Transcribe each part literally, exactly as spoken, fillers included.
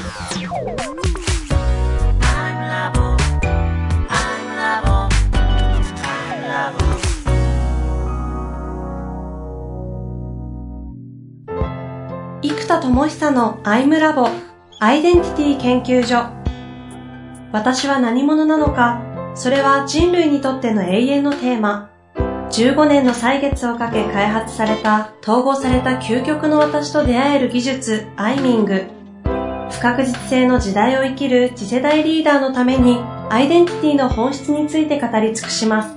生田智久のアイムラボアイデンティティ研究所。私は何者なのか、それは人類にとっての永遠のテーマ。じゅうごねんの歳月をかけ開発された統合された究極の私と出会える技術アイミング。不確実性の時代を生きる次世代リーダーのためにアイデンティティの本質について語り尽くします。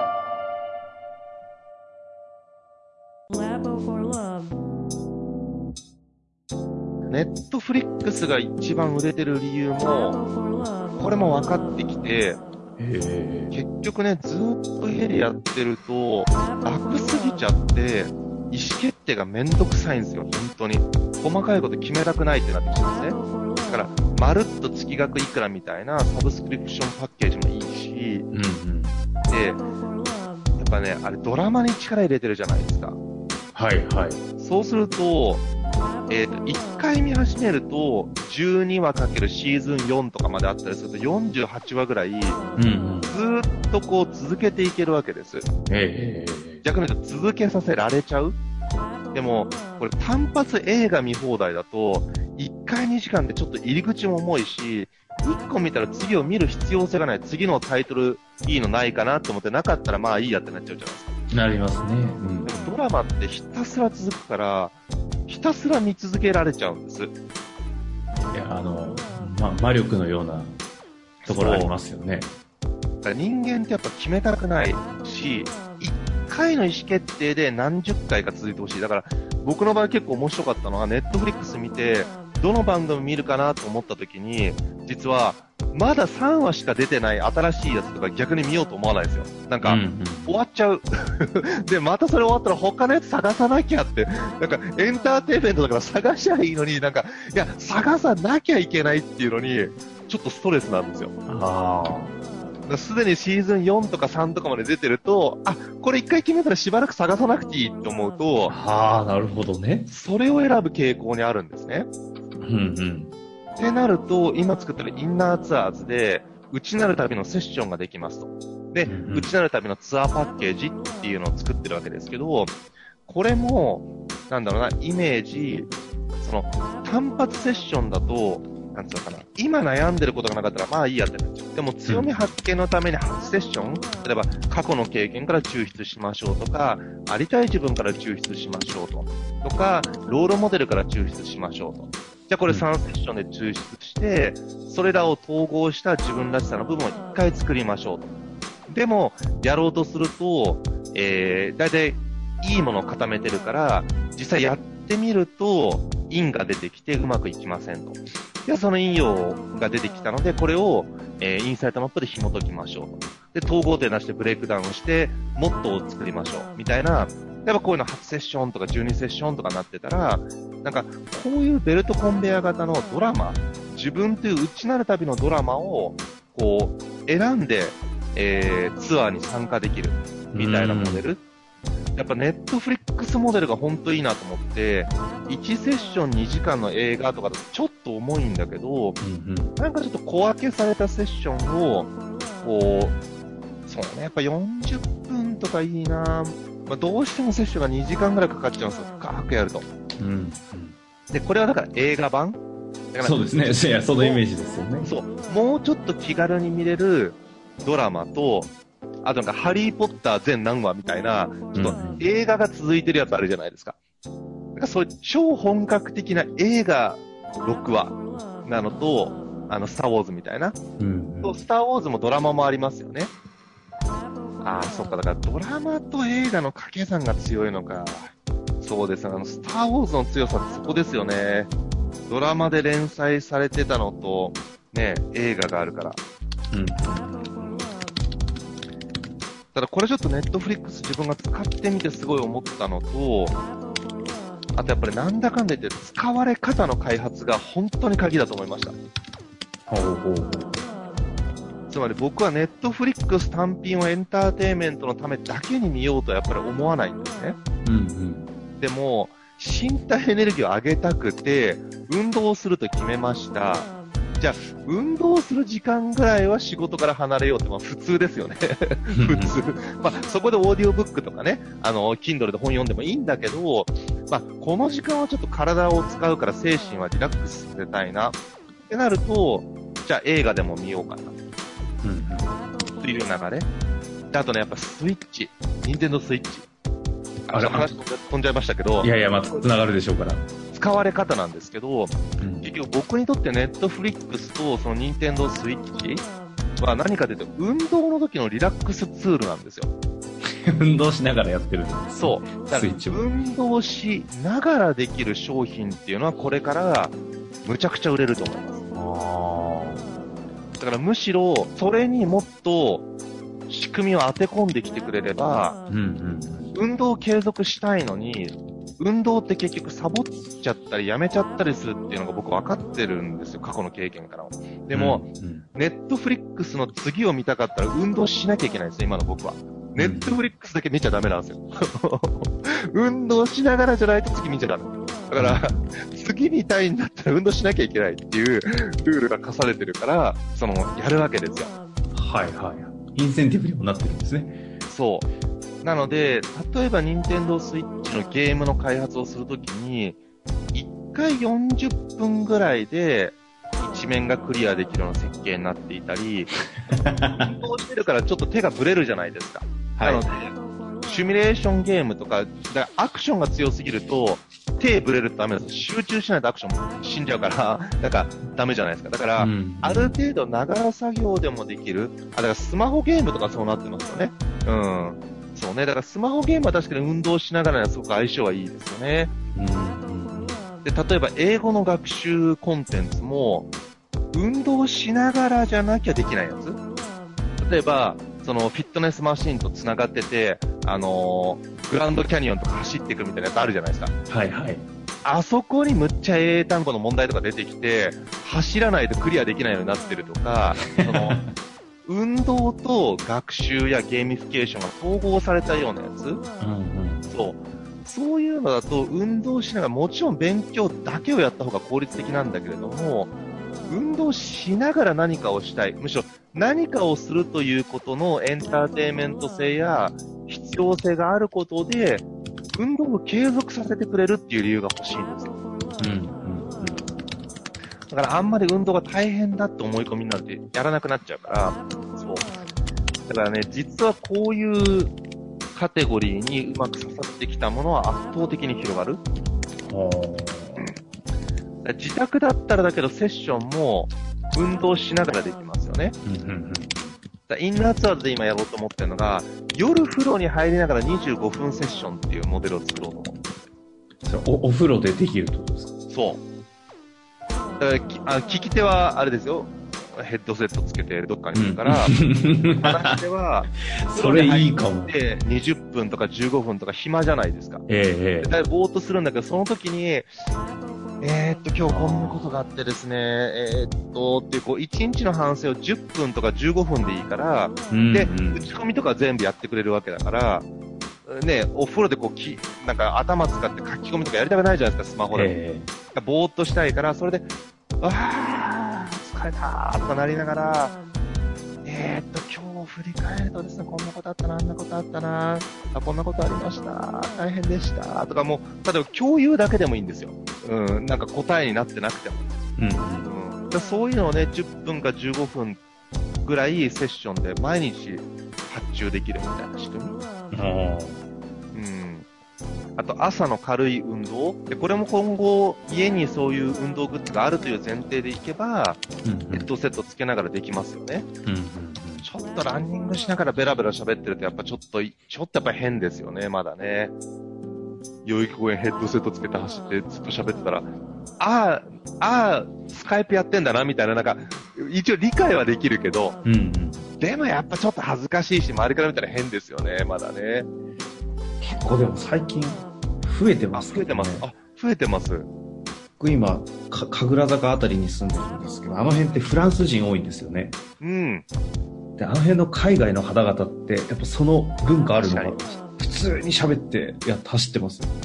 ネットフリックスが一番売れてる理由も、これも分かってきて、結局ね、ずーっと家でやってると、楽すぎちゃって、意思決定がめんどくさいんですよ、本当に。細かいこと決めたくないってなってきたんですね。だから、まるっと月額いくらみたいなサブスクリプションパッケージもいいし、うんうん、で、やっぱね、あれドラマに力入れてるじゃないですか。 はいはい。 そうすると、えっと、いっかい見始めると、じゅうにわかけるシーズンよんとかまであったりすると、よんじゅうはちわぐらい、うんうん、ずーっとこう続けていけるわけです。えー、逆に言うと続けさせられちゃう。でも、これ単発映画見放題だと、いっかいにじかんでちょっと入り口も重いし、いっこ見たら次を見る必要性がない。次のタイトルいいのないかなと思ってなかったらまあいいやってなっちゃうじゃないですか。 なりますね。うん、 でもドラマってひたすら続くから、ひたすら見続けられちゃうんです。いや、あの、ま、魔力のようなところありますよね。 だから人間ってやっぱ決めたくないし、いっかいの意思決定で何十回か続いてほしい。だから僕の場合結構面白かったのは、ネットフリックス見て、どの番組見るかなと思った時に、実は、まださんわしか出てない新しいやつとか逆に見ようと思わないですよ。なんか、うんうん、終わっちゃう。で、またそれ終わったら他のやつ探さなきゃって、なんかエンターテインメントだから探しゃいいのに、なんか、いや、探さなきゃいけないっていうのに、ちょっとストレスなんですよ。ああ。すでにシーズンよんとかさんとかまで出てると、あ、これ一回決めたらしばらく探さなくていいって思うと、 はあ、なるほどね。 それを選ぶ傾向にあるんですね。うんうん。ってなると、今作ってるインナーツアーズで、内なる旅のセッションができますと。で、うんうん、内なる旅のツアーパッケージっていうのを作ってるわけですけど、これも、なんだろうな、イメージ、その、単発セッションだと、なんつうのかな、今悩んでることがなかったら、まあいいやってなっちゃう。でも強み発見のために初セッション、例えば過去の経験から抽出しましょうとか、ありたい自分から抽出しましょうと。とか、ロールモデルから抽出しましょうと。じゃあこれさんセッションで抽出して、それらを統合した自分らしさの部分をいっかい作りましょうと。でも、やろうとすると、えー、だいたいいいものを固めてるから、実際やってみると、因が出てきてうまくいきませんと。ではその因用が出てきたので、これを、えー、インサイトマップで紐解きましょうと。で、統合点出してブレイクダウンして、モットーを作りましょう。みたいな、やっぱこういうのはちセッションとかじゅうにセッションとかなってたら、なんか、こういうベルトコンベヤ型のドラマ、自分という内なる旅のドラマを、こう、選んで、えー、ツアーに参加できる、みたいなモデル。やっぱネットフリックスモデルが本当いいなと思って、いちセッションにじかんの映画とかだとちょっと重いんだけど、うんうん、なんかちょっと小分けされたセッションを、こう、そうね、やっぱよんじゅっぷんとかいいな。まあ、どうしてもセッションがにじかんぐらいかかっちゃうんですよ。深くやると。うんうん、で、これはだから映画版だからそうですね。いや、そのイメージですよね。 そう。もうちょっと気軽に見れるドラマと、あとなんかハリーポッター全何話みたいな、ちょっと映画が続いてるやつあるじゃないですか。なんかそういう超本格的な映画ろくわなのと、あの、スターウォーズみたいな。うんうん、スターウォーズもドラマもありますよね。ああ、そっか。だからドラマと映画の掛け算が強いのか。そうですね。あの、スターウォーズの強さってそこですよね。ドラマで連載されてたのと、ね、映画があるから。うん。ただこれちょっとネットフリックス自分が使ってみてすごい思ったのと、あとやっぱりなんだかんだ言って使われ方の開発が本当に鍵だと思いました。ほうほう。つまり僕はネットフリックス単品をエンターテインメントのためだけに見ようとはやっぱり思わないんですね。うんうん。でも、 身体エネルギーを上げたくて、運動をすると決めました。じゃあ、運動する時間ぐらいは仕事から離れようって、まあ普通ですよね。普通。まあそこでオーディオブックとかね、あの、Kindle で本読んでもいいんだけど、まあこの時間はちょっと体を使うから精神はリラックスさせたいな。ってなると、じゃあ映画でも見ようかな。うん。という流れ。で、あとね、やっぱスイッチ。任天堂スイッチ。あれ、話飛んじゃいましたけど。 いやいや、まあ、繋がるでしょうから。 使われ方なんですけど、 うん、 結局僕にとってネットフリックスとその任天堂スイッチは何かというと、運動の時のリラックスツールなんですよ。 運動しながらやってるんです、ね。 そう。だから運動しながらできる商品っていうのはこれからむちゃくちゃ売れると思います。あだからむしろそれにもっと仕組みを当て込んできてくれれば、うんうん、運動を継続したいのに、運動って結局サボっちゃったりやめちゃったりするっていうのが僕分かってるんですよ、過去の経験からも。でも、うんうん、ネットフリックスの次を見たかったら運動しなきゃいけないんですよ、今の僕は。ネットフリックスだけ見ちゃダメなんですよ。運動しながらじゃないと次見ちゃダメ。だから、次見たいんだったら運動しなきゃいけないっていうルールが課されてるから、その、やるわけですよ。 はいはい。インセンティブにもなってるんですね。 そう。なので、例えば任天堂スイッチのゲームの開発をするときに、いっかいよんじゅっぷんぐらいで一面がクリアできるような設計になっていたり、運動してるからちょっと手がブレるじゃないですか。はい、なので、シミュレーションゲームとか、だからアクションが強すぎると、手ブレるとダメです。集中しないとアクション死んじゃうから、なんかダメじゃないですか。だから、うん、ある程度ながら作業でもできる。あ、だからスマホゲームとかそうなってますよね。うん。そうね。だからスマホゲームは確かに運動しながらにはすごく相性はいいですよね。うん。で、例えば英語の学習コンテンツも、運動しながらじゃなきゃできないやつ。例えば、そのフィットネスマシンと繋がってて、あのー、グランドキャニオンとか走っていくみたいなやつあるじゃないですか。 はいはい。 あそこにむっちゃ英単語の問題とか出てきて、走らないとクリアできないようになってるとか、その、運動と学習やゲーミフィケーションが統合されたようなやつ、うんうん、そう。そういうのだと、運動しながら、もちろん勉強だけをやった方が効率的なんだけれども、運動しながら何かをしたい。むしろ何かをするということのエンターテインメント性や必要性があることで、運動を継続させてくれるっていう理由が欲しいんですよ。うんうんうん、だからあんまり運動が大変だって思い込みになってやらなくなっちゃうから、そう。だからね、実はこういうカテゴリーにうまく刺さってきたものは圧倒的に広がる。自宅だったらだけどセッションも運動しながらできますよね。うんうんうん、だインナーツアーズで今やろうと思ってるのが、夜風呂に入りながらにじゅうごふんセッションっていうモデルを作ろうと思ってる。 それ お, お風呂でできるってことですか？ そう。だからあ聞き手はあれですよ。ヘッドセットつけてどっかにいるから、うん、話では、 それいいかも。 で、にじゅっぷんとかじゅうごふんとか暇じゃないですか。 ええー。 だいぶぼーっとするんだけど、その時に、えーっと、今日こんなことがあってですね、えーっと、っていう、こう、いちにちの反省をじゅっぷんとかじゅうごふんでいいから、うんうん、で、打ち込みとか全部やってくれるわけだから、ね、お風呂でこう、き、なんか頭使って書き込みとかやりたくないじゃないですか、スマホでも。えー、ぼーっとしたいから、それで、あー、疲れたーとかなりながら、えーっと、今日振り返るとですね、こんなことあったな、あんなことあったな、あ、こんなことありました、大変でした、とかもう、例えば共有だけでもいいんですよ。うん、なんか答えになってなくても。うんうん、だそういうのをね、じゅっぷんかじゅうごふんぐらいセッションで毎日発注できるみたいな仕組み。うん。あと、朝の軽い運動。で、これも今後、家にそういう運動グッズがあるという前提でいけば、うんうん、ヘッドセットつけながらできますよね。うんうん、ちょっとランニングしながらベラベラ喋ってると、やっぱちょっと、ちょっとやっぱ変ですよね、まだね。代々木公園ヘッドセットつけて走ってずっと喋ってたら、ああ、ああ、スカイプやってんだな、みたいな、なんか、一応理解はできるけど、うんうん、でもやっぱちょっと恥ずかしいし、周りから見たら変ですよね、まだね。 結構でも最近、増えてますね。 増えてます。あ、増えてます。 僕今、か、神楽坂あたりに住んでるんですけど、あの辺ってフランス人多いんですよね。うん。で、あの辺の海外の方々って、やっぱその文化あるのが、普通に喋って、や、走ってますよ。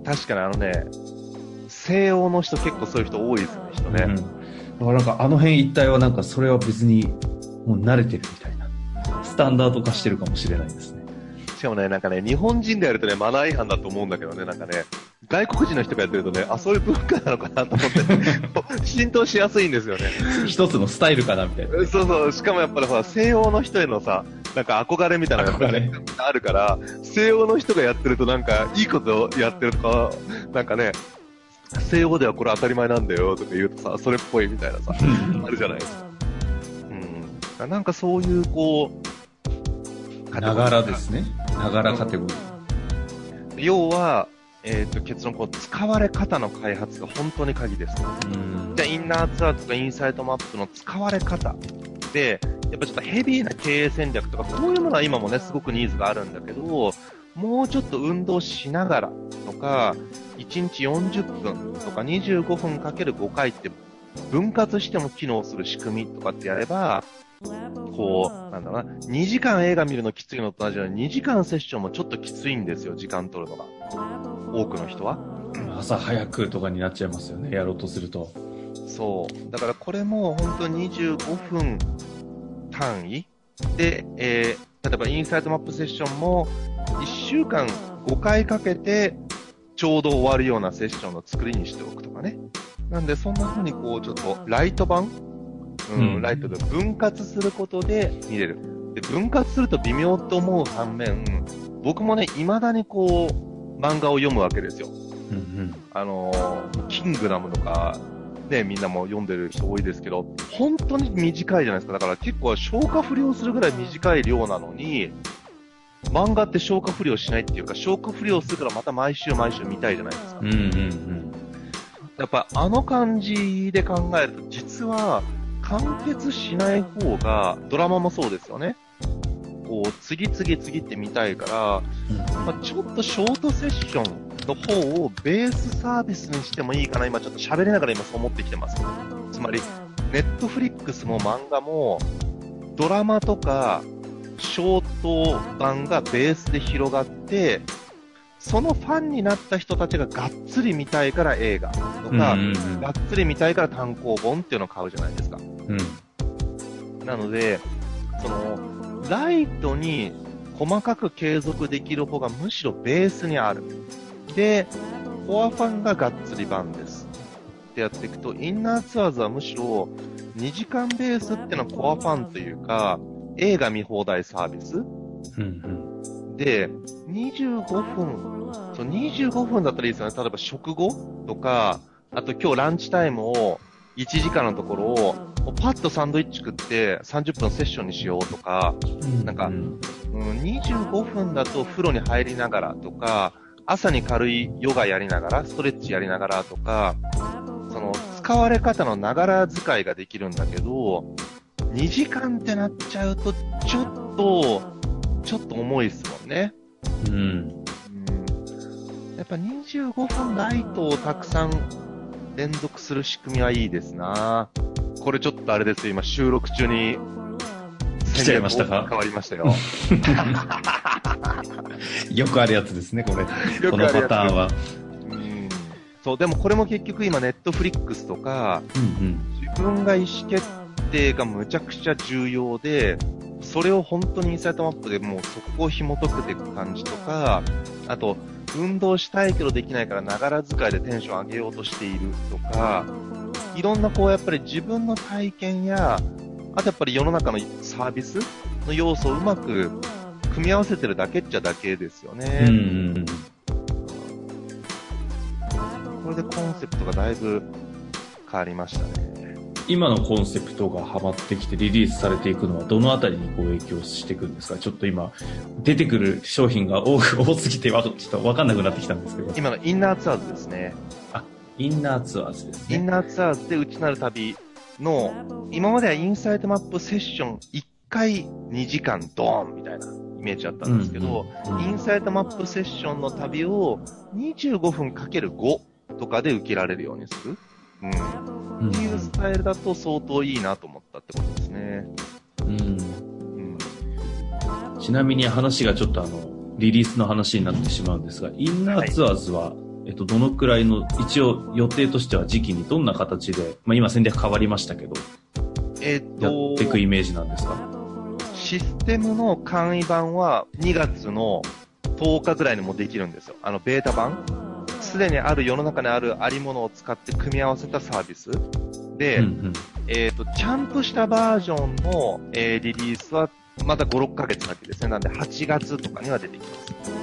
確かにあのね、西欧の人結構そういう人多いですよね、人ね。うん、だからなんかあの辺一帯はなんかそれは別にもう慣れてるみたいな。スタンダード化してるかもしれないですね。 しかもね、なんかね、日本人でやるとね、マナー違反だと思うんだけどね、なんかね、外国人の人がやってるとね、あ、そういう文化なのかなと思って、ね、浸透しやすいんですよね。 一つのスタイルかなみたいな。 そうそう、しかもやっぱりほら、西洋の人へのさ、なんか憧れみたいなのが、ね、あるから、西洋の人がやってるとなんか、いいことやってるとか、なんかね、西洋ではこれ当たり前なんだよとか言うとさ、それっぽいみたいなさ、あるじゃないですか。うん。なんかそういう、こう、 ながらですね。ながらカテゴリー。要は、えっと、結論、こう、使われ方の開発が本当に鍵です。うん。じゃあ、インナーツアーとかインサイトマップの使われ方で、やっぱちょっとヘビーな経営戦略とか、こういうものは今もね、すごくニーズがあるんだけど、もうちょっと運動しながらとか、いちにちよんじゅっぷんとかにじゅうごふんかけるごかいって分割しても機能する仕組みとかってやれば、こう、なんだろうな、にじかん映画見るのきついのと同じようににじかんセッションもちょっときついんですよ、時間取るのが。多くの人は。 朝早くとかになっちゃいますよね、やろうとすると。 そう。だからこれも本当ににじゅうごふん単位で、えー、例えばインサイトマップセッションもいっしゅうかんごかいかけてちょうど終わるようなセッションの作りにしておくとかね。なんでそんな風にこうちょっとライト版、うん、うん、ライトで分割することで見れる。で、分割すると微妙と思う反面、僕もね、未だにこう漫画を読むわけですよ。うんうん、あのー、キングダムとか、ね、みんなも読んでる人多いですけど、本当に短いじゃないですか。だから結構消化不良するぐらい短い量なのに、漫画って消化不良しないっていうか、消化不良するからまた毎週毎週見たいじゃないですか。うんうんうん。やっぱあの感じで考えると、実は完結しない方が、ドラマもそうですよね。こう、次々次って見たいから、まあ、ちょっとショートセッションの方をベースサービスにしてもいいかな。今ちょっと喋りながら今そう思ってきてます。つまり、ネットフリックスも漫画も、ドラマとか、ショート版がベースで広がって、そのファンになった人たちががっつり見たいから映画とか、うんうんうん、がっつり見たいから単行本っていうのを買うじゃないですか。うん、なので、その、ライトに細かく継続できる方がむしろベースにある。で、コアファンががっつり版です。ってやっていくと、インナーツアーズはむしろにじかんベースっていうのはコアファンというか、映画見放題サービス、うんうん、で、にじゅうごふん、そうにじゅうごふんだったらいいですよね。例えば食後とか、あと今日ランチタイムをいちじかんのところをパッとサンドイッチ食ってさんじゅっぷんセッションにしようとか、うんうん、なんか、うん、にじゅうごふんだと風呂に入りながらとか、朝に軽いヨガやりながら、ストレッチやりながらとか、その使われ方のながら使いができるんだけど、にじかんってなっちゃうと、ちょっと、ちょっと重いですもんね。うん。うん、やっぱにじゅうごふんライトをたくさん連続する仕組みはいいですな。これちょっとあれですよ、今収録中に。 来ちゃいましたか？ 変わりましたよ。 よくあるやつですね、これ。このパターンは。 うん。そう、でもこれも結局今ネットフリックスとか、うんうん、自分が意思決定がむちゃくちゃ重要で、それを本当にインサイトマップでもうそこを紐解くていく感じとか、あと、運動したいけどできないからながら使いでテンション上げようとしているとか、いろんなこうやっぱり自分の体験や、あとやっぱり世の中のサービスの要素をうまく組み合わせてるだけっちゃだけですよね。うん、これでコンセプトがだいぶ変わりましたね。 今のコンセプトがハマってきてリリースされていくのはどのあたりにこう影響していくんですか？ちょっと今出てくる商品が 多, 多すぎてわちょっと分かんなくなってきたんですけど。 今のインナーツアーズですね。 あ、インナーツアーズですね。 インナーツアーズで内なる旅の、今まではインサイトマップセッションいっかいにじかんドーンみたいなイメージだったんですけど、うんうんうん、インサイトマップセッションの旅をにじゅうごふんかけるごとかで受けられるようにする。うん。っていうスタイルだと相当いいなと思ったってことですね。うん。 うん、ちなみに話がちょっとあの、リリースの話になってしまうんですが、インナーツアーズはえっと、どのくらいの、一応予定としては時期にどんな形で、まあ今戦略変わりましたけど、 えっと、 やっていくイメージなんですか？ システムの簡易版はにがつのとおかぐらいにもできるんですよ。あの、ベータ版。すでにある世の中にあるありものを使って組み合わせたサービス。で、うんうん、えっと、チャンプしたバージョンの、えー、リリースはまだご、ろっかげつ先ですね。なんではちがつとかには出てきます。